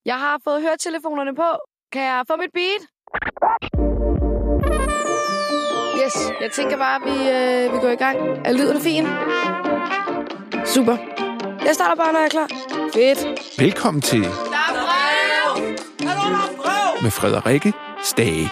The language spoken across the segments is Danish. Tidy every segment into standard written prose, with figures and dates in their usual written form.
Jeg har fået høretelefonerne på. Kan jeg få mit beat? Yes, jeg tænker bare, at vi går i gang. Er lyden fin? Super. Jeg starter bare, når jeg er klar. Fedt. Velkommen til Der er brev! Med Frederikke Stage.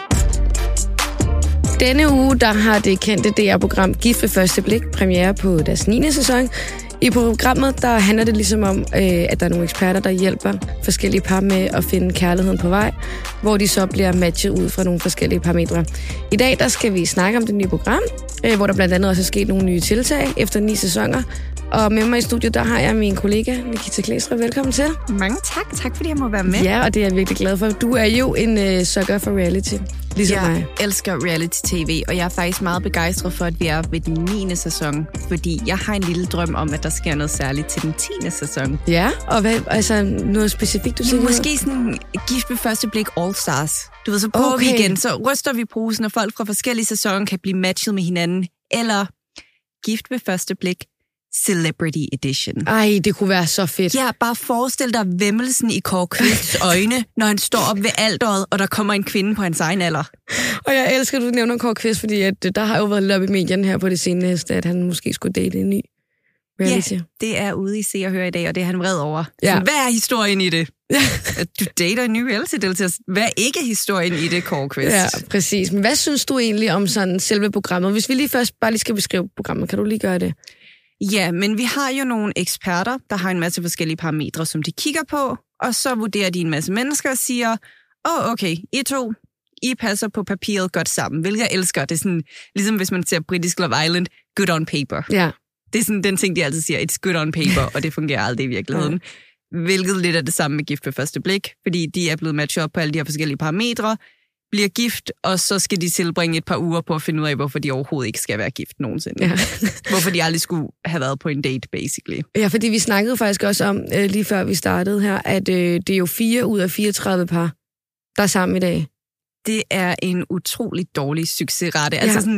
Denne uge, der har det kendte DR-program Gift ved første blik premiere på deres 9. sæson. I programmet, der handler det ligesom om, at der er nogle eksperter, der hjælper forskellige par med at finde kærligheden på vej, hvor de så bliver matchet ud fra nogle forskellige parametre. I dag, der skal vi snakke om det nye program, hvor der blandt andet også er sket nogle nye tiltag efter 9 sæsoner. Og med mig i studiet, der har jeg min kollega, Nikita Klæstrup. Velkommen til. Mange tak. Tak, fordi jeg må være med. Ja, og det er jeg virkelig glad for. Du er jo en sucker for reality, ligesom mig. Jeg elsker reality-tv, og jeg er faktisk meget begejstret for, at vi er ved den 9. sæson, fordi jeg har en lille drøm om, at der sker noget særligt til den 10. sæson. Ja, og hvad, altså noget specifikt, du tænker? Måske sådan Gift ved første blik All Stars. Du ved, så prøver vi igen, så ryster vi posen, og folk fra forskellige sæsoner kan blive matchet med hinanden. Eller Gift ved første blik Celebrity Edition. Ej, det kunne være så fedt. Ja, bare forestil dig væmmelsen i Kåre Quistes øjne, når han står op ved alteret, og der kommer en kvinde på hans egen alder. Og jeg elsker, at du nævner Kåre Quist, fordi at der har jo været lidt op i medierne her på det seneste, at han måske skulle date en ny reality. Ja, det er ude i Se og Høre i dag, og det er han vred over. Ja. Så hvad er historien i det? At du dater en ny reality-deltager. Hvad er ikke historien i det, Kåre Quist? Ja, præcis. Men hvad synes du egentlig om sådan selve programmet? Hvis vi lige først bare lige skal beskrive programmet, kan du lige gøre det? Ja, men vi har jo nogle eksperter, der har en masse forskellige parametre, som de kigger på, og så vurderer de en masse mennesker og siger, okay, I passer på papiret godt sammen, hvilket jeg elsker. Det er sådan, ligesom hvis man ser britisk Love Island, good on paper. Ja. Det er sådan den ting, de altid siger, it's good on paper, og det fungerer aldrig i virkeligheden. Hvilket lidt er det samme med Gift ved første blik, fordi de er blevet matchet op på alle de her forskellige parametre, bliver gift, og så skal de tilbringe et par uger på at finde ud af, hvorfor de overhovedet ikke skal være gift nogensinde. Ja. Hvorfor de aldrig skulle have været på en date, basically. Ja, fordi vi snakkede faktisk også om, lige før vi startede her, at det er jo 4 ud af 34 par, der er sammen i dag. Det er en utrolig dårlig succesrate. Ja. Altså sådan,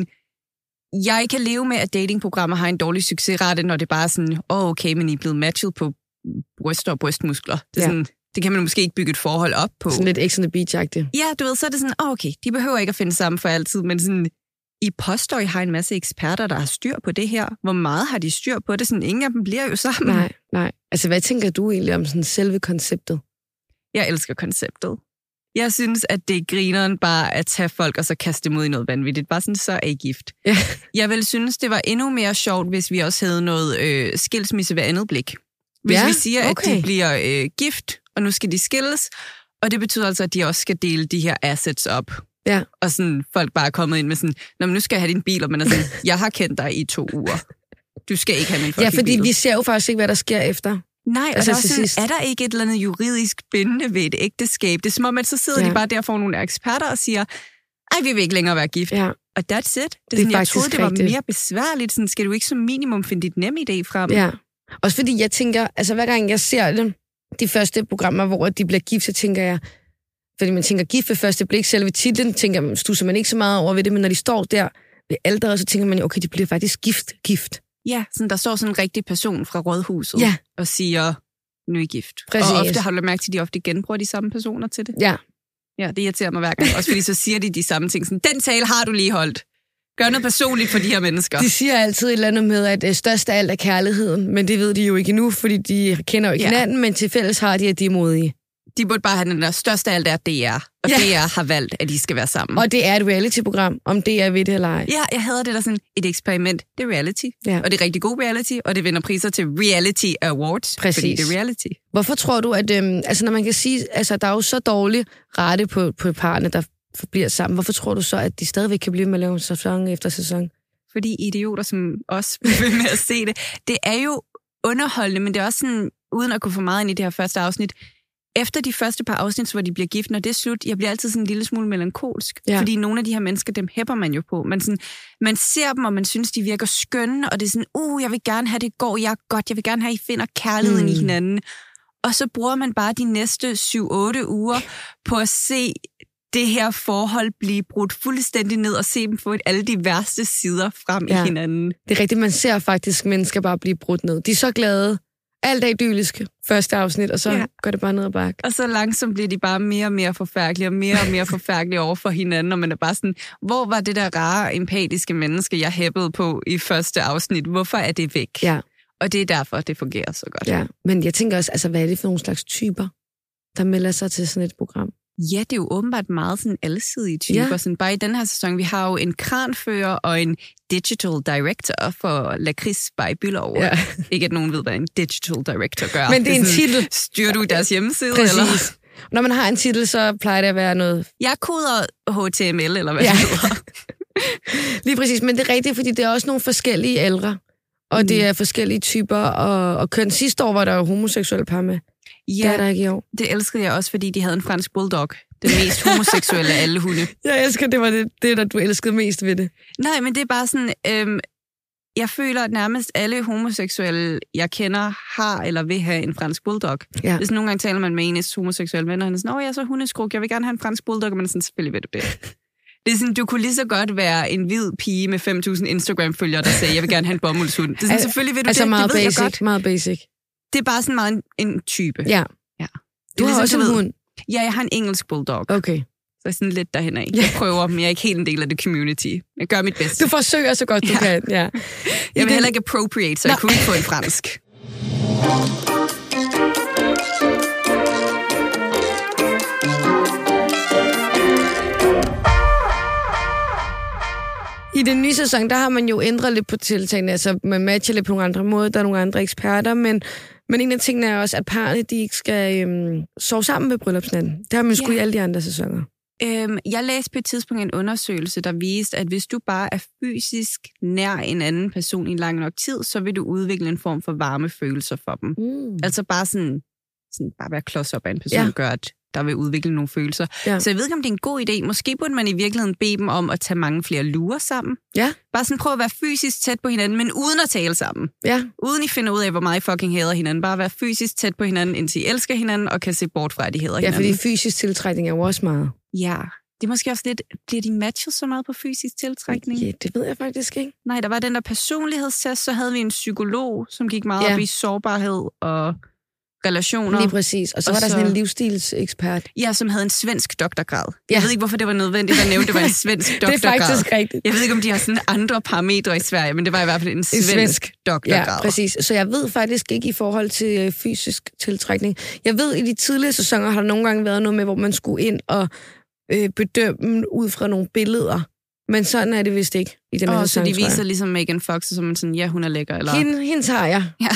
jeg kan leve med, at datingprogrammer har en dårlig succesrate, når det bare er sådan, okay, men I er blevet matchet på bryster og brystmuskler. Det er sådan, det kan man måske ikke bygge et forhold op på. Sådan lidt X on the Beach-agtigt. Ja, du ved, så er det sådan, okay, de behøver ikke at finde sammen for altid, men sådan, I påstår, I har en masse eksperter, der har styr på det her. Hvor meget har de styr på det? Sådan, ingen af dem bliver jo sammen. Nej. Altså, hvad tænker du egentlig om sådan selve konceptet? Jeg elsker konceptet. Jeg synes, at det er grineren bare at tage folk og så kaste dem ud i noget vanvittigt. Bare sådan, så er I gift. Ja. Jeg vil synes, det var endnu mere sjovt, hvis vi også havde noget skilsmisse ved andet blik. Hvis vi siger, at de bliver gift, og nu skal de skilles, og det betyder altså, at de også skal dele de her assets op. Ja. Og sådan, folk bare er kommet ind med sådan, men nu skal jeg have din bil, og man er sådan, jeg har kendt dig i 2 uger. Du skal ikke have min fucking bil. Ja, fordi vi ser jo faktisk ikke, hvad der sker efter. Nej, altså, og sådan, er der ikke et eller andet juridisk bindende ved et ægteskab? Det er som om, at så sidder de bare der for nogle eksperter og siger, vi vil ikke længere være gift. Ja. Og that's it. Det er sådan, jeg troede, det var mere besværligt. Sådan, skal du ikke som minimum finde dit NemID frem? Ja. Også fordi jeg tænker, altså hver gang jeg ser det, de første programmer, hvor de bliver gift, så tænker jeg, fordi man tænker gift ved første blik, selve titlen, stusser man ikke så meget over ved det, men når de står der ved alderet, så tænker man jo, okay, de bliver faktisk gift. Ja, sådan, der står sådan en rigtig person fra rådhuset og siger, nu er I gift. Præcis. Og ofte har du mærket til, at de ofte genbruger de samme personer til det. Ja. Ja, det irriterer mig hver gang. Også fordi så siger de samme ting. Sådan, den tale har du lige holdt. Gør noget personligt for de her mennesker. De siger altid et eller andet med, at størst af alt er kærligheden, men det ved de jo ikke endnu, fordi de kender jo ikke hinanden, men til fælles har de, at de er modige. De burde bare have den der største af alt er DR, og DR har valgt, at de skal være sammen. Og det er et reality-program, om det er ved det eller ej. Ja, jeg hader det der sådan et eksperiment. Det er reality, og det er rigtig god reality, og det vinder priser til Reality Awards, fordi det er reality. Hvorfor tror du, at altså når man kan sige, altså der er jo så dårlig rette på parerne, der bliver sammen. Hvorfor tror du så, at de stadigvæk kan blive med at lave sæson efter sæson? Fordi idioter som os vil med at se det. Det er jo underholdende, men det er også sådan, uden at kunne få meget ind i det her første afsnit, efter de første par afsnit, hvor de bliver gift, når det er slut, jeg bliver altid sådan en lille smule melankolsk. Ja. Fordi nogle af de her mennesker, dem hæpper man jo på. Man ser dem, og man synes, de virker skønne, og det er sådan, jeg vil gerne have, det går godt, jeg vil gerne have, I finder kærligheden i hinanden. Og så bruger man bare de næste 7-8 uger på at se det her forhold blive brudt fuldstændig ned og se dem få alle de værste sider frem i hinanden. Det er rigtigt, man ser faktisk mennesker bare blive brudt ned. De er så glade, Alt er idyllisk første afsnit, og så går det bare ned ad bakke. Og så langsomt bliver de bare mere og mere forfærdelige, og mere forfærdelige over for hinanden, og man er bare sådan, hvor var det der rare, empatiske menneske, jeg hæppede på i første afsnit? Hvorfor er det væk? Ja. Og det er derfor, det fungerer så godt. Ja, men jeg tænker også, altså, hvad er det for nogle slags typer, der melder sig til sådan et program? Ja, det er jo åbenbart meget sådan alsidige typer. Ja. Sådan, bare i den her sæson, vi har jo en kranfører og en digital director for Lakrids by Bylov. Ja. Ikke at nogen ved, hvad en digital director gør. Men det er en titel. Styrer du deres hjemmeside? Præcis. Eller? Når man har en titel, så plejer det at være noget... Jeg koder HTML, eller hvad det hedder. Lige præcis, men det er rigtigt, fordi det er også nogle forskellige ældre. Og det er forskellige typer, og køn. Sidste år var der jo homoseksuelle par med. Ja, det er der ikke i år. Det elskede jeg også, fordi de havde en fransk bulldog. Den mest homoseksuelle af alle hunde. Jeg elsker, det var det, der du elskede mest ved det. Nej, men det er bare sådan... jeg føler, at nærmest alle homoseksuelle, jeg kender, har eller vil have en fransk bulldog. Ja. Hvis nogle gange taler man med en homoseksuelle venner, og han er sådan, jeg er så hundeskruk, jeg vil gerne have en fransk bulldog, og man er sådan, selvfølgelig ved du det. Det er sådan, du kunne lige så godt være en hvid pige med 5.000 Instagram-følgere, der sagde, jeg vil gerne have en bomuldshund. Det er sådan, selvfølgelig ved du altså det. Meget det ved basic, jeg godt. meget basic. Det er bare sådan meget en type. Ja. Du har også en hund. Ja, jeg har en engelsk bulldog. Okay. Så jeg er sådan lidt derhen af. Jeg prøver, men jeg er ikke helt en del af det community. Jeg gør mit bedste. Du forsøger så godt, du kan. Ja. Jeg vil heller ikke appropriate, så jeg kunne ikke få en fransk. I den nye sæson, der har man jo ændret lidt på tiltagene. Altså, man matcher lidt på nogle andre måder. Der er nogle andre eksperter, men en af tingene er også, at parerne de ikke skal sove sammen ved bryllupsnatten. Det har man sgu i alle de andre sæsoner. Jeg læste på et tidspunkt en undersøgelse, der viste, at hvis du bare er fysisk nær en anden person i en lang nok tid, så vil du udvikle en form for varme følelser for dem. Altså bare sådan bare være klods op af en person, gør, at der vil udvikle nogle følelser. Ja. Så jeg ved ikke, om det er en god idé. Måske burde man i virkeligheden bede dem om at tage mange flere lurer sammen. Ja. Bare sådan prøve at være fysisk tæt på hinanden, men uden at tale sammen. Ja. Uden I finder ud af, hvor meget I fucking hader hinanden. Bare være fysisk tæt på hinanden, indtil I elsker hinanden, og kan se bort fra, at I hader hinanden. Ja, fordi fysisk tiltrækning er jo også meget. Ja. Det er måske også lidt... Bliver de matchet så meget på fysisk tiltrækning? Ja, det ved jeg faktisk ikke. Nej, der var den der personlighedstest, så havde vi en psykolog, som gik meget op i sårbarhed og relationer. Lige præcis. Og så var der sådan en livsstilsekspert. Ja, som havde en svensk doktorgrad. Jeg ved ikke, hvorfor det var nødvendigt at nævne, det var en svensk doktorgrad. Det er faktisk rigtigt. Jeg ved ikke, om de har sådan andre parametre i Sverige, men det var i hvert fald en svensk doktorgrad. Ja, præcis. Så jeg ved faktisk ikke i forhold til fysisk tiltrækning. Jeg ved, i de tidligere sæsoner har der nogle gange været noget med, hvor man skulle ind og bedømme ud fra nogle billeder. Men sådan er det vist ikke i den her sæson, så de viser ligesom Megan Fox, som man sådan, ja, hun er lækker. Eller... Hende tager jeg. Ja,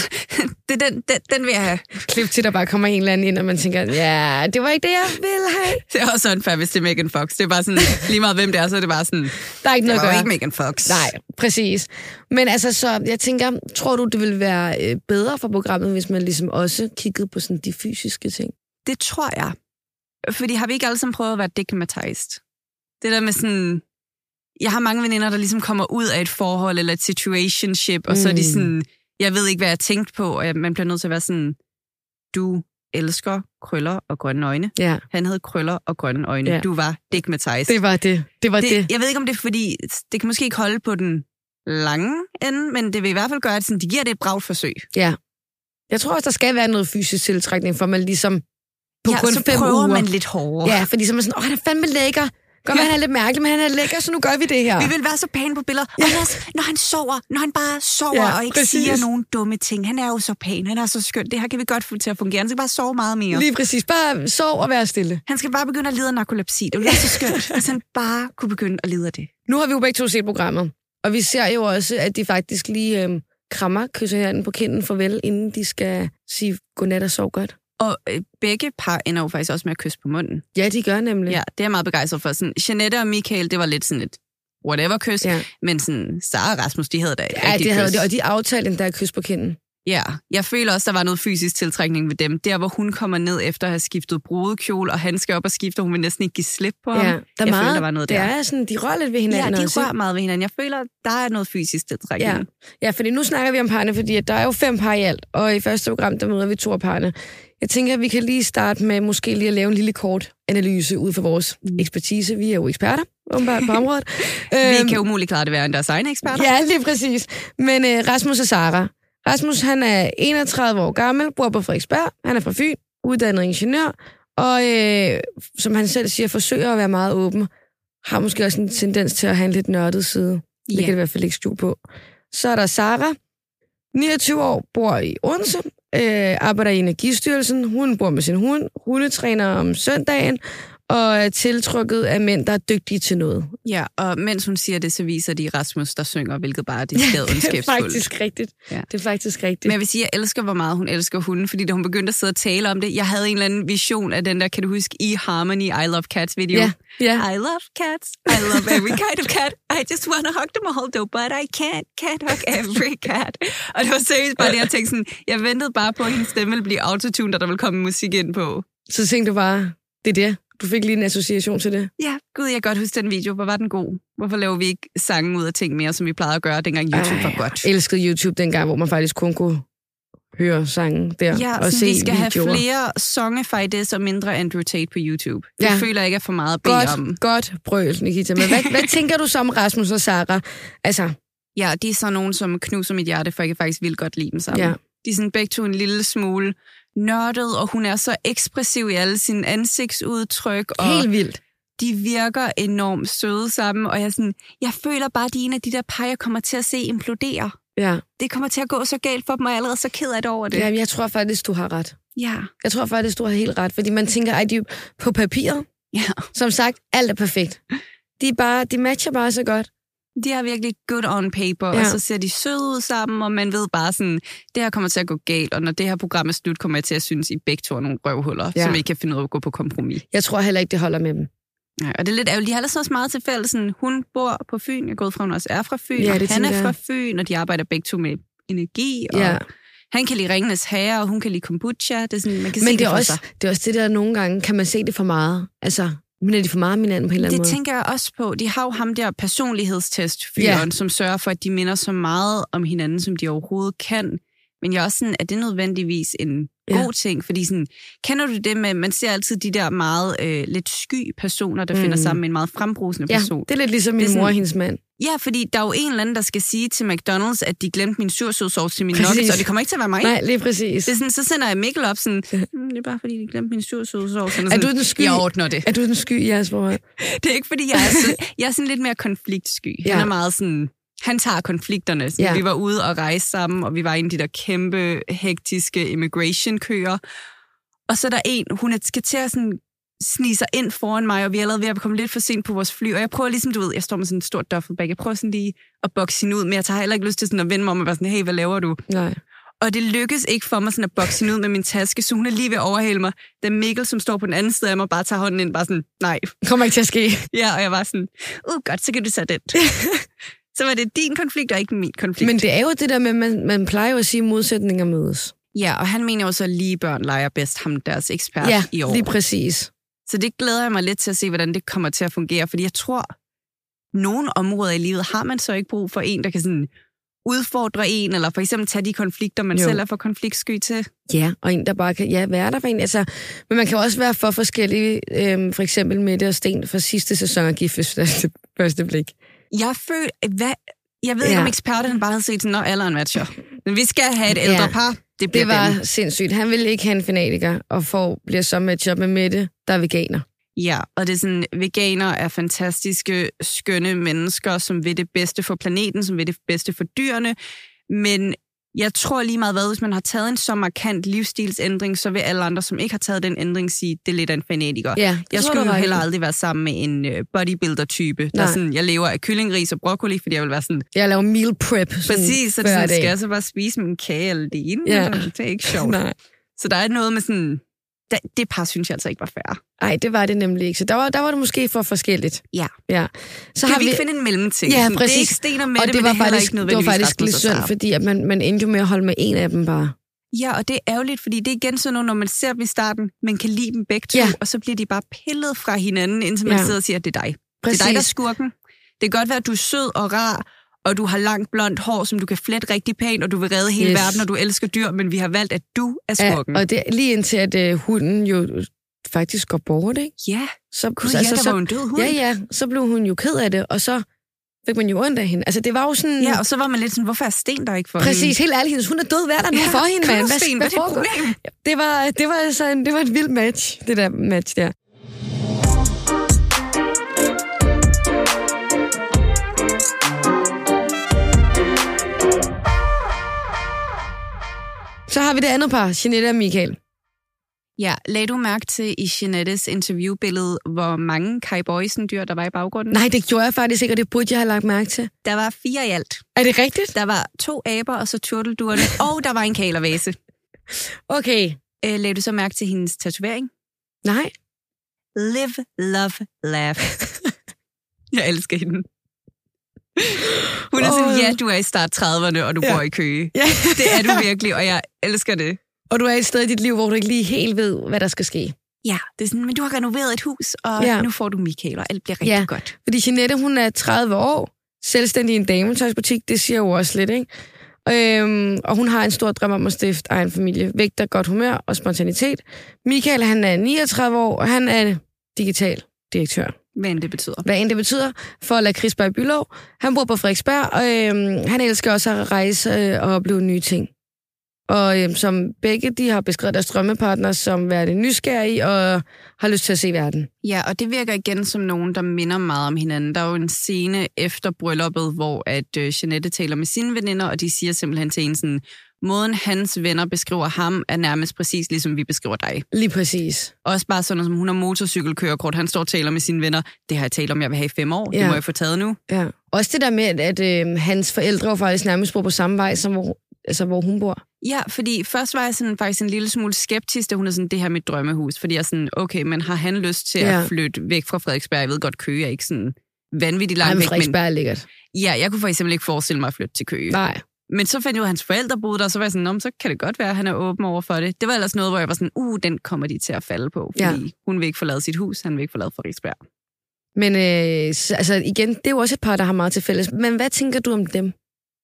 den vil jeg have. Klip til, der bare kommer en eller anden ind, og man tænker, ja, det var ikke det, jeg ville have. Det er også unfair, hvis det er Megan Fox. Det er bare sådan, lige meget hvem det er, så er det bare sådan, der er ikke noget at gøre. Ikke Megan Fox. Nej, præcis. Men altså, så jeg tænker, tror du, det ville være bedre for programmet, hvis man ligesom også kiggede på sådan de fysiske ting? Det tror jeg. Fordi har vi ikke alle sammen prøvet at være digmatized? Det der med sådan... Jeg har mange veninder, der ligesom kommer ud af et forhold eller et situationship, og så er de sådan, jeg ved ikke, hvad jeg tænkte på, og man bliver nødt til at være sådan, du elsker krøller og grønne øjne. Ja. Han havde krøller og grønne øjne. Ja. Du var digmatized. Det var det. Jeg ved ikke, om det er fordi, det kan måske ikke holde på den lange ende, men det vil i hvert fald gøre, at sådan, de giver det et bragt forsøg. Ja. Jeg tror også, der skal være noget fysisk tiltrækning, for man ligesom på kun 5 uger. Ja, så prøver man lidt hårdere. Ja, fordi så er man sådan, han er fandme lækker. Godt, han er lidt mærkelig, men han er lækker, så nu gør vi det her. Vi vil være så pæne på billeder. Og når han sover, når han bare sover og ikke siger nogen dumme ting. Han er jo så pæn, han er så skøn. Det her kan vi godt få til at fungere. Han skal bare sove meget mere. Lige præcis. Bare sove og være stille. Han skal bare begynde at lide af narkolepsi. Det vil være så skønt, hvis han bare kunne begynde at lide af det. Nu har vi jo begge to set programmet. Og vi ser jo også, at de faktisk lige krammer, kysser hinanden på kinden farvel, inden de skal sige godnat og sove godt. Og begge par ender jo faktisk også med at kysse på munden. Ja, de gør nemlig. Ja, det er jeg meget begejstret for. Sådan, Jeanette og Michael, det var lidt sådan et whatever-kys, men sådan, Sara og Rasmus, de havde da et rigtigt det havde kys. de, og de aftalte en der kys på kinden. Ja, jeg føler også, der var noget fysisk tiltrækning ved dem. Der, hvor hun kommer ned efter at have skiftet brudekjole, og han skal op og skifte, og hun vil næsten ikke give slip på ham. Der var noget der. Det er sådan, de rører lidt ved hinanden. Ja, de rører meget ved hinanden. Jeg føler, der er noget fysisk tiltrækning. Ja, fordi nu snakker vi om parne, fordi der er jo 5 par i alt, og i første program, der møder vi 2 parne. Jeg tænker, at vi kan lige starte med måske lige at lave en lille kort analyse ud fra vores ekspertise. Vi er jo eksperter på området. Vi kan umuligt klare det værre end deres egne eksperter. Ja, lige præcis. Men Rasmus og Sara, Rasmus, han er 31 år gammel, bor på Frederiksberg. Han er fra Fyn, uddannet ingeniør, og som han selv siger, forsøger at være meget åben. Har måske også en tendens til at have en lidt nørdet side. Det kan det i hvert fald ikke skjule på. Så er der Sara, 29 år, bor i Odense, arbejder i Energistyrelsen. Hun bor med sin hund, hundetræner om søndagen, og er tiltrukket af mænd, der er dygtige til noget. Ja, og mens hun siger det, så viser de Rasmus, der synger, hvilket bare er det ondskabsfuldt. Det er faktisk rigtigt. Ja. Det er faktisk rigtigt. Men jeg vil sige, at jeg elsker, hvor meget hun elsker hunden, fordi da hun begyndte at sidde og tale om det, jeg havde en eller anden vision af den der, kan du huske, eHarmony, I Love Cats video? Ja. Yeah. I love cats. I love every kind of cat. I just want to hug them all, though, but I can't hug every cat. Og det var seriøst bare det, jeg tænkte sådan, jeg ventede bare på, at hendes stemme ville blive autotune, der ville komme musik ind på. Så tænkte du bare, det er det. Du fik lige en association til det. Ja, gud, jeg kan godt huske den video. Hvor var den god? Hvorfor laver vi ikke sange ud af ting mere, som vi plejede at gøre, dengang YouTube var godt? Jeg elskede YouTube dengang, hvor man faktisk kun kunne høre sangen der og se vi skal videoer. have flere Songify this og mindre Andrew Tate på YouTube. Det føler jeg ikke er for meget at bede om. Godt brøl, Nikita. Men hvad tænker du så om Rasmus og Sara? Altså... Ja, de er så nogen, som knuser mit hjerte, for jeg kan faktisk vildt godt lide dem sammen. Ja. De er sådan begge to en lille smule nørdet, og hun er så ekspressiv i alle sine ansigtsudtryk. Og helt vildt. De virker enormt søde sammen, og jeg føler bare, at de er en af de der par, jeg kommer til at se implodere. Ja. Det kommer til at gå så galt for dem, og jeg er allerede så ked af det over det. Ja, jeg tror faktisk, du har ret. Ja. Jeg tror faktisk, du har helt ret, fordi man tænker, at de på papiret, som sagt, alt er perfekt. De matcher bare så godt. De er virkelig good on paper, og så ser de søde ud sammen, og man ved bare sådan, det her kommer til at gå galt, og når det her program er slut, kommer jeg til at synes, I begge to er nogle røvhuller, som ikke kan finde ud af at gå på kompromis. Jeg tror heller ikke, det holder med dem. Ja, og det er lidt ærgerligt. De har ellers også meget til fælles. Hun bor på Fyn, jeg er gået fra, hun også er fra Fyn, og han er fra Fyn, og de arbejder begge to med energi, og han kan lide Ringenes Herre, og hun kan lide kombucha. Det er sådan, man kan se det for sig. Det er også det der, nogle gange kan man se det for meget. Altså... Men er de for meget om hinanden på en eller anden måde? Det tænker jeg også på. De har jo ham der personlighedstest-fyren, som sørger for, at de minder så meget om hinanden, som de overhovedet kan. Men jeg er også sådan, at det nødvendigvis en god ting? Fordi sådan, kender du det med, man ser altid de der meget lidt sky personer, der finder sammen med en meget frembrusende person. Ja, det er lidt ligesom min mor og hendes mand. Ja, fordi der er jo en eller anden, der skal sige til McDonald's, at de glemte min sursødsovs til mine nuggets, og det kommer ikke til at være mig. Nej, lige præcis. Det er sådan, så sender jeg Mikkel op sådan, det er bare fordi, de glemte min sursødsovs. Er du den sky? Jeg ordner det. Er du den sky i jeres forhold? Det er ikke fordi, jeg er sådan lidt mere konfliktsky. Han er meget sådan... Han tager konflikterne. Ja. Vi var ude og rejse sammen, og vi var i de der kæmpe, hektiske immigration-køer. Og så er der en, hun skal til at sådan snige sig ind foran mig, og vi er allerede ved at komme lidt for sent på vores fly. Og jeg prøver ligesom, du ved, jeg står med sådan en stor duffelbag. Jeg prøver sådan lige at bokse hende ud, men jeg tager heller ikke lyst til sådan at vende mig om og være sådan, hey, hvad laver du? Nej. Og det lykkes ikke for mig sådan at bokse hende ud med min taske, så hun er lige ved at overhale mig. Da Mikkel, som står på den anden side af mig, bare tager hånden ind, bare sådan, nej. Kommer ikke til at ske. Ja, og jeg var sådan, godt, så kan du tage den. Så var det din konflikt, og ikke min konflikt. Men det er jo det der med, man plejer jo at sige, modsætninger mødes. Ja, og han mener jo så, lige børn leger bedst, ham deres ekspert i år. Ja, lige præcis. Så det glæder jeg mig lidt til at se, hvordan det kommer til at fungere, fordi jeg tror, nogle områder i livet har man så ikke brug for en, der kan sådan udfordre en, eller for eksempel tage de konflikter, man selv er for konfliktsky til. Ja, og en, der bare kan være der for en. Altså, men man kan også være for forskellige, for eksempel Mette og Sten fra sidste sæson af Gift ved første blik. Jeg ved ikke, om eksperterne bare havde set sådan, når alderen matcher. Men vi skal have et ældre par. Det var sindssygt. Han ville ikke have en fanatiker, og bliver så matchet med Mette, der er veganer. Ja, og det er sådan, veganer er fantastiske, skønne mennesker, som vil det bedste for planeten, som vil det bedste for dyrene. Men jeg tror lige meget hvis man har taget en så markant livsstilsændring, så vil alle andre, som ikke har taget den ændring, sige, det er lidt af en fanatiker. Ja, jeg skulle jo heller aldrig være sammen med en bodybuilder-type, der sådan, jeg lever af kyllingris og broccoli, fordi jeg vil være sådan... Jeg laver meal prep. Præcis, så det sådan, skal jeg så bare spise min kage eller det ene? Ja. Det er ikke sjovt. Nej. Så der er noget med sådan... Det par synes jeg altså ikke var fair. Nej, det var det nemlig ikke. Så der var det måske for forskelligt. Ja. Så kan vi ikke finde en mellemting? Ja, præcis. Det er ikke Sten og Mette, og det var faktisk, ikke det var faktisk lidt synd, fordi at man endte jo med at holde med en af dem bare. Ja, og det er ærgerligt, fordi det er igen sådan noget, når man ser dem i starten, man kan lide dem begge to, og så bliver de bare pillet fra hinanden, indtil man sidder og siger, at det er dig. Præcis. Det er dig, der er skurken. Det kan godt være, at du er sød og rar, og du har langt blondt hår, som du kan flette rigtig pænt, og du vil redde hele verden, og du elsker dyr, men vi har valgt, at du er skurken. Ja, og det er lige indtil, at hunden jo faktisk går bort, ikke? Ja, der var en død hund. Ja, så blev hun jo ked af det, og så fik man jo ondt af hende. Altså, det var jo sådan... Ja, og så var man lidt sådan, hvorfor er Sten der ikke for Præcis, hende? helt ærligt, hun er død, hvad er der nu for hende, mand? Hvad er det problem? Det var altså det var et vildt match, det der match der. Så har vi det andet par, Jeanette og Michael. Ja, lagde du mærke til i Jeanettes interviewbillede, hvor mange Kai Boysen-dyr, der var i baggrunden? Nej, det gjorde jeg faktisk ikke, og det burde jeg have lagt mærke til. Der var 4 i alt. Er det rigtigt? Der var 2 aber, og så turtelduerne, og der var en kælervase. Okay. Lagde du så mærke til hendes tatovering? Nej. Live, love, laugh. Jeg elsker hende. Hun er sådan, ja, du er i start 30'erne, og du bor i Køge. Ja. Det er du virkelig, og jeg elsker det. Og du er et sted i dit liv, hvor du ikke lige helt ved, hvad der skal ske. Ja, det er sådan, men du har renoveret et hus, og nu får du Michael, og alt bliver rigtig godt. Fordi Jeanette, hun er 30 år, selvstændig i en dametøjsbutik, det siger jo også lidt, ikke? Og hun har en stor drøm om at stifte egen familie, vægter godt humør og spontanitet. Michael, han er 39 år, og han er digital direktør. Hvad end det betyder. Hvad end det betyder, for at lade Chrisberg i Bylov. Han bor på Frederiksberg, og han elsker også at rejse og opleve nye ting. Og som begge, de har beskrevet deres drømmepartner som værende nysgerrige og har lyst til at se verden. Ja, og det virker igen som nogen, der minder meget om hinanden. Der er jo en scene efter brylluppet, hvor at Jeanette taler med sine veninder, og de siger simpelthen til en sådan, måden hans venner beskriver ham, er nærmest præcis ligesom vi beskriver dig. Lige præcis. Også bare sådan, som hun har motorcykelkørekort. Han står og taler med sine venner. Det har jeg talt om, jeg vil have i 5 år. Det må jeg få taget nu. Ja. Også det der med, at hans forældre var faktisk nærmest bor på samme vej, som hvor hun bor. Ja, fordi først var jeg sådan, faktisk en lille smule skeptisk, da hun er sådan, det her med drømmehus. Fordi jeg er sådan, okay, men har han lyst til at flytte væk fra Frederiksberg? Jeg ved godt, Køge er ikke sådan vanvittigt langt væk. Frederiksberg er lækkert. Ja, jeg kunne for eksempel ikke forestille mig at flytte til Køge. Nej. Men så fandt jeg ud af, at hans forældre boede der, og så var jeg sådan, så kan det godt være, at han er åben over for det. Det var ellers noget, hvor jeg var sådan, den kommer de til at falde på, fordi hun vil ikke forlade sit hus, han vil ikke forlade Frederiksberg. Men altså igen, det er jo også et par, der har meget til fælles. Men hvad tænker du om dem?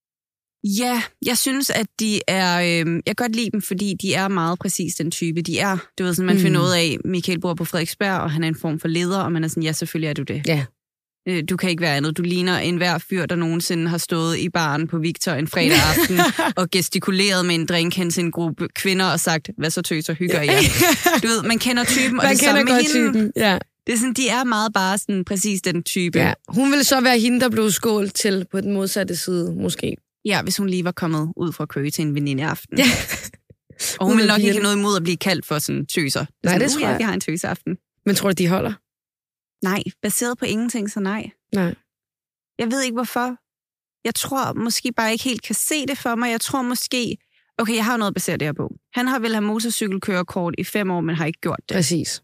Ja, jeg synes, at de er... jeg kan godt lide dem, fordi de er meget præcis den type. De er, du ved sådan, man finder ud af, Michael bor på Frederiksberg, og han er en form for leder, og man er sådan, ja, selvfølgelig er du det. Ja. Du kan ikke være andet. Du ligner enhver fyr, der nogensinde har stået i baren på Victor en fredag aften og gestikuleret med en drink hen til en gruppe kvinder og sagt, hvad så tøser, hygger jeg? Du ved, man kender typen, og man det samme med hende. Typen. Ja. Det er sådan, de er meget bare sådan præcis den type. Ja. Hun ville så være hende, der blev skålt til på den modsatte side, måske. Ja, hvis hun lige var kommet ud fra Køge til en venindeaften. Ja. Og hun ville nok ikke have noget imod at blive kaldt for sådan tøser. Nej, sådan, det tror jeg. Vi har en tøseaften. Men tror du, de holder? Nej, baseret på ingenting, så nej. Nej. Jeg ved ikke, hvorfor. Jeg tror måske bare ikke helt kan se det for mig. Jeg tror måske... Okay, jeg har noget at basere det her på. Han har vel have motorcykelkørekort i 5 år, men har ikke gjort det. Præcis.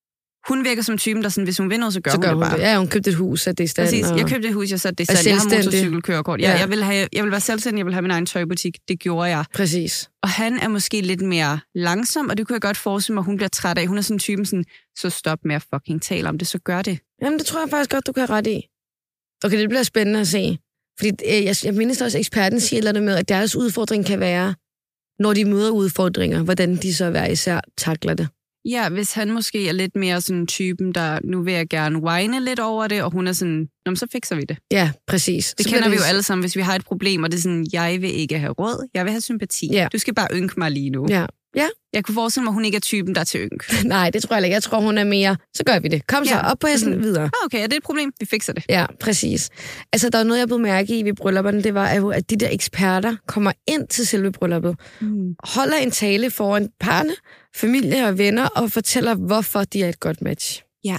Hun virker som typen, der sådan, hvis hun vil noget, så gør hun det bare. Ja, hun købte et hus, at det er stand. Præcis, jeg købte et hus, jeg satte det i stand. Jeg har motorcykelkørekort. Ja. Jeg vil være selvstændig, jeg vil have min egen tøjbutik. Det gjorde jeg. Præcis. Og han er måske lidt mere langsom, og det kunne jeg godt forestille mig, hun bliver træt af. Hun er sådan typen sådan, så stop med at fucking tale om det, så gør det. Jamen, det tror jeg faktisk godt, du kan have ret i. Okay, det bliver spændende at se. Fordi jeg mindes også, at eksperten siger noget med, at deres udfordring kan være, når de møder udfordringer, hvordan de så hver især takler det. Ja, hvis han måske er lidt mere sådan typen, der nu vil jeg gerne whine lidt over det, og hun er sådan, så fikser vi det. Ja, præcis. Det kender vi jo alle sammen, hvis vi har et problem, og det er sådan, jeg vil ikke have råd, jeg vil have sympati. Ja. Du skal bare ynke mig lige nu. Ja. Ja. Jeg kunne forestille mig, at hun ikke er typen, der er til ynk. Nej, det tror jeg ikke. Jeg tror, hun er mere, så gør vi det. Kom så, op på hesten videre. Okay, er det et problem? Vi fikser det. Ja, præcis. Altså, der er noget, jeg blev mærke i ved bryllupperne, det var jo, at de der eksperter kommer ind til selve brylluppet, holder en tale foran parne, familie og venner, og fortæller, hvorfor de er et godt match. Ja.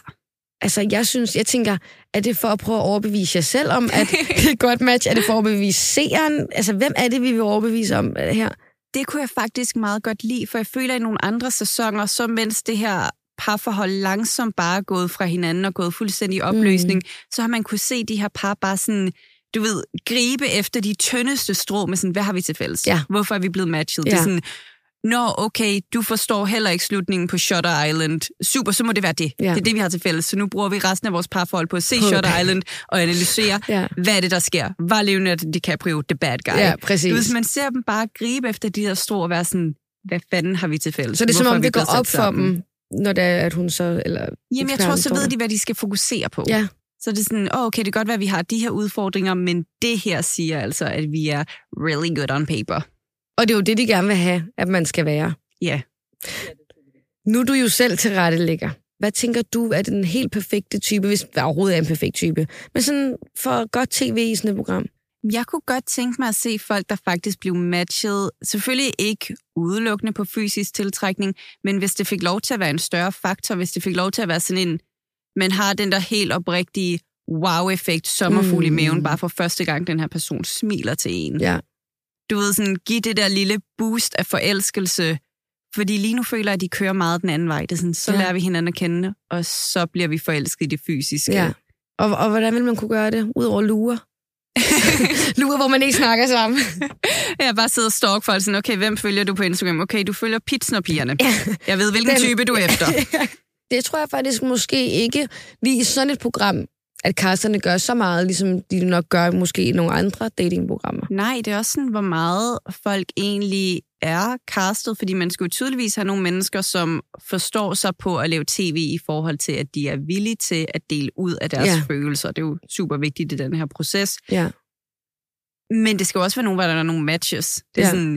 Altså, jeg tænker, er det for at prøve at overbevise jer selv om, at det er et godt match? Er det for at overbevise seeren? Altså, hvem er det, vi vil overbevise om her? Det kunne jeg faktisk meget godt lide, for jeg føler i nogle andre sæsoner, så mens det her parforhold langsomt bare er gået fra hinanden og gået fuldstændig i opløsning, så har man kunne se de her par bare sådan, du ved, gribe efter de tyndeste strå med sådan, hvad har vi til fælles? Ja. Hvorfor er vi blevet matchet? Ja. Det er sådan, okay, du forstår heller ikke slutningen på Shutter Island. Super, så må det være det. Ja. Det er det, vi har til fælles. Så nu bruger vi resten af vores parforhold på at se Shutter Island og analysere, hvad er det, der sker? Var Leonardo DiCaprio the bad guy? Ja, præcis. Du ved, man ser dem bare gribe efter de her strå og være sådan, hvad fanden har vi til fælles? Så det er som om, det går op for dem, når det er, at hun så... Eller jamen, jeg tror, så ved de, hvad de skal fokusere på. Ja. Så er det sådan, okay, det kan godt være, at vi har de her udfordringer, men det her siger altså, at vi er really good on paper. Og det er jo det, de gerne vil have, at man skal være. Ja. Nu er du jo selv tilrettelægger. Hvad tænker du er den helt perfekte type, hvis der overhovedet er en perfekt type? Men sådan for godt tv i sådan et program. Jeg kunne godt tænke mig at se folk, der faktisk blev matchet. Selvfølgelig ikke udelukkende på fysisk tiltrækning, men hvis det fik lov til at være en større faktor, hvis det fik lov til at være sådan en, man har den der helt oprigtige wow-effekt, sommerfugl i maven, bare for første gang den her person smiler til en. Ja. Du ved, sådan, give det der lille boost af forelskelse, fordi lige nu føler jeg, at de kører meget den anden vej. Det er sådan, så lærer vi hinanden at kende, og så bliver vi forelsket i det fysiske. Ja. Og hvordan vil man kunne gøre det? Udover lurer? Lurer, hvor man ikke snakker sammen. Jeg bare sidder og stalk folk sådan, okay, hvem følger du på Instagram? Okay, du følger Pitsner-pigerne. Jeg ved, hvilken type du er efter. Det tror jeg faktisk måske ikke lige i sådan et program, at casterne gør så meget, ligesom de nok gør måske i nogle andre datingprogrammer. Nej, det er også sådan, hvor meget folk egentlig er castet, fordi man skulle tydeligvis have nogle mennesker, som forstår sig på at lave tv i forhold til, at de er villige til at dele ud af deres følelser. Det er jo super vigtigt i den her proces. Ja. Men det skal også være nogen, hvor der er nogle matches. Det er sådan,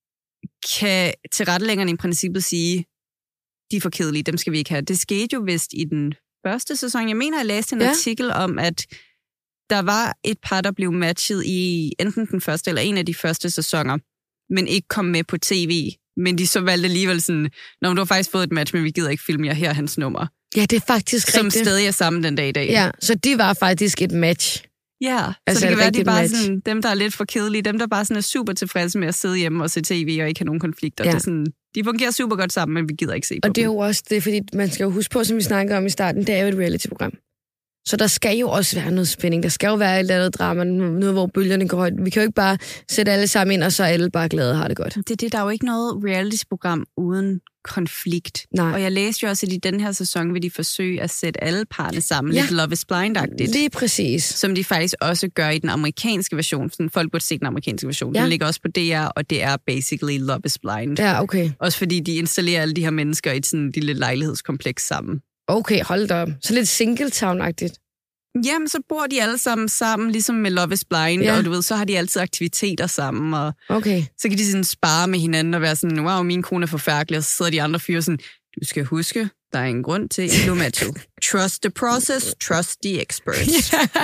kan tilrettelæggerne i princippet sige, de er for kedelige, dem skal vi ikke have. Det skete jo vist i den første sæson. Jeg mener, jeg læste en artikel om, at der var et par, der blev matchet i enten den første eller en af de første sæsoner, men ikke kom med på tv. Men de så valgte alligevel sådan, når du har faktisk fået et match, men vi gider ikke filme jer, her hans nummer. Ja, det er faktisk som rigtigt. stadig er sammen den dag i dag. Ja, så det var faktisk et match. Ja, altså, så det kan være, de bare sådan, dem, der er lidt for kedelige, dem, der bare sådan er super tilfredse med at sidde hjemme og se tv og ikke have nogen konflikter. Ja. Det er sådan, de fungerer super godt sammen, men vi gider ikke se på Og det er dem. jo også det, fordi man skal jo huske på, som vi snakkede om i starten, det er jo et reality-program. Så der skal jo også være noget spænding. Der skal jo være et eller andet drama, noget, hvor bølgerne går højt. Vi kan jo ikke bare sætte alle sammen ind, og så er alle bare glade og har det godt. Der er jo ikke noget reality-program uden konflikt. Nej. Og jeg læste jo også, at i den her sæson vil de forsøge at sætte alle parne sammen. Lidt Love is Blind-agtigt. Lige præcis. Som de faktisk også gør i den amerikanske version. Sådan, folk burde se den amerikanske version. Den ligger også på DR, og det er basically Love is Blind. Ja, okay. Også fordi de installerer alle de her mennesker i et sådan lille lejlighedskompleks sammen. Okay, hold da op. Så lidt Singletown-agtigt. Jamen, så bor de alle sammen ligesom med Love is Blind, og du ved, så har de altid aktiviteter sammen, og så kan de sådan spare med hinanden og være sådan, wow, min kone er forfærdelig, og så sidder de andre fyre sådan, du skal huske, der er en grund til Illumato. Trust the process, trust the experts. Ja.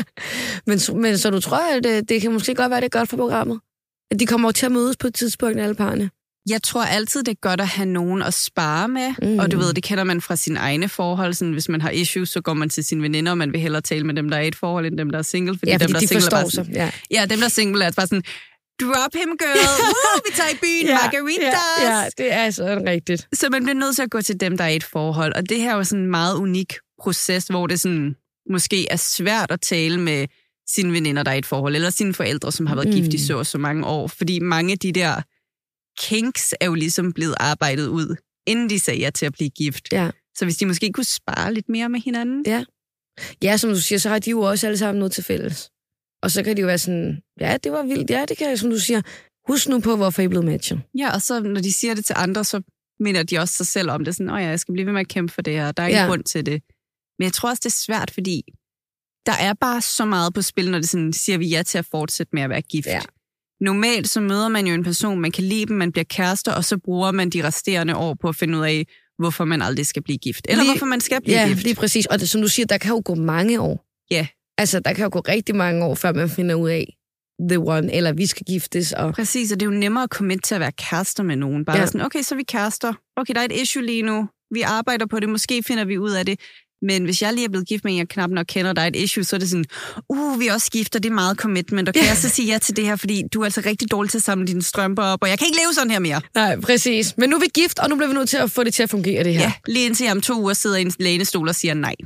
Men så du tror, at det kan måske godt være, det er godt for programmet? At de kommer til at mødes på et tidspunkt, alle parne? Jeg tror altid, det er godt at have nogen at spare med, og du ved, det kender man fra sine egne forhold. Sådan, hvis man har issues, så går man til sine veninder, og man vil hellere tale med dem, der er i et forhold, end dem, der er single. Fordi dem, der de er single, forstår sig. Ja, dem, der er single, er bare sådan, drop him, girl! Vi tager i byen, margaritas! Ja, det er sådan rigtigt. Så man bliver nødt til at gå til dem, der er i et forhold. Og det her er jo sådan en meget unik proces, hvor det sådan, måske er svært at tale med sine veninder, der er i et forhold, eller sine forældre, som har været gift i så mange år. Fordi mange af de der kinks er jo ligesom blevet arbejdet ud, inden de sagde ja til at blive gift. Ja. Så hvis de måske kunne spare lidt mere med hinanden. Ja, som du siger, så har de jo også alle sammen noget til fælles. Og så kan de jo være sådan, ja, det var vildt. Ja, det kan jeg, som du siger. Husk nu på, hvorfor I er blevet matchet. Ja, og så når de siger det til andre, så minder de også sig selv om det. Sådan, jeg skal blive ved med at kæmpe for det her. Der er ingen grund til det. Men jeg tror også, det er svært, fordi der er bare så meget på spil, når det sådan, siger vi ja til at fortsætte med at være gift. Ja. Normalt så møder man jo en person, man kan lide dem, man bliver kærester, og så bruger man de resterende år på at finde ud af, hvorfor man aldrig skal blive gift. Eller hvorfor man skal blive gift. Ja, lige præcis. Og det, som du siger, der kan jo gå mange år. Ja. Altså, der kan jo gå rigtig mange år, før man finder ud af the one, eller vi skal giftes. Og... Præcis, og det er jo nemmere at komme ind til at være kærester med nogen. Bare sådan, okay, så er vi kærester. Okay, der er et issue lige nu. Vi arbejder på det. Måske finder vi ud af det. Men hvis jeg lige er blevet gift med en, jeg knap nok kender, der er et issue, så er det sådan, vi er også gift, og det er meget commitment, og kan jeg så sige ja til det her, fordi du er altså rigtig dårlig til at samle dine strømper op, og jeg kan ikke leve sådan her mere. Nej, præcis. Men nu er vi gift, og nu bliver vi nødt til at få det til at fungere, det her. Ja, lige indtil jeg om 2 uger sidder i en lænestol og siger nej.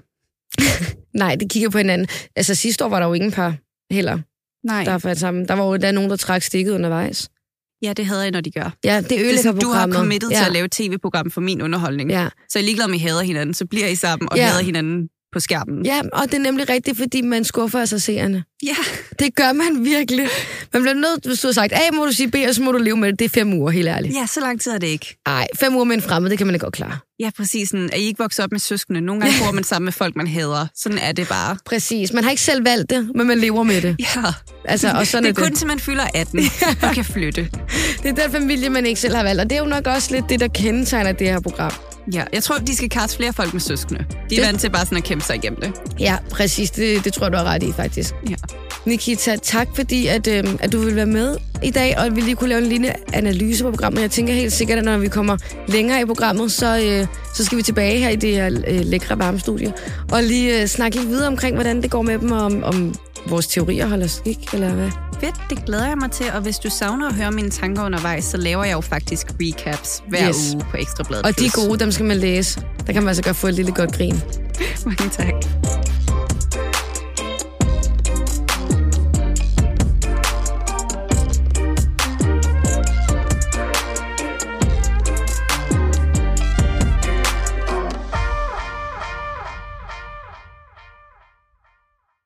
Nej, det kigger på hinanden. Altså sidste år var der jo ingen par heller. Nej. Der var jo nogen, der trak stikket undervejs. Ja, det havde jeg, når de gør. Ja, det ødelægger programmet. Du har committet til at lave et tv-program for min underholdning. Ja. Så I er ligeglad med, at I hader hinanden, så bliver I sammen og hader hinanden på skærmen. Ja, og det er nemlig rigtigt, fordi man skuffer af sig seerne. Ja. Det gør man virkelig. Man bliver nødt, hvis du har sagt, A, må du sige B, og så må du leve med det. Det er 5 uger, helt ærligt. Ja, så lang tid er det ikke. Nej, 5 uger med en fremmed, det kan man ikke godt klare. Ja, præcis. Er I ikke vokset op med søskende? Nogle gange bor man sammen med folk, man hader. Sådan er det bare. Præcis. Man har ikke selv valgt det, men man lever med det. Ja. Altså, og sådan det er kun til man fylder 18 og kan flytte. Det er den familie, man ikke selv har valgt, og det er jo nok også lidt det, der kendetegner det her program. Ja, jeg tror, de skal kaste flere folk med søskende. De er vant til bare sådan at kæmpe sig igennem det. Ja, præcis. Det tror jeg, du har ret i, faktisk. Ja. Nikita, tak fordi, at du vil være med i dag, og at vi lige kunne lave en lille analyse på programmet. Jeg tænker helt sikkert, at når vi kommer længere i programmet, så skal vi tilbage her i det her lækre varmestudie, og lige snakke lidt videre omkring, hvordan det går med dem, og om vores teorier holder skik, eller hvad? Fedt, det glæder jeg mig til, og hvis du savner at høre mine tanker undervejs, så laver jeg jo faktisk recaps hver uge på Ekstra Bladet. Og de gode, dem skal man læse. Der kan man altså godt få et lille godt grin. Mange tak.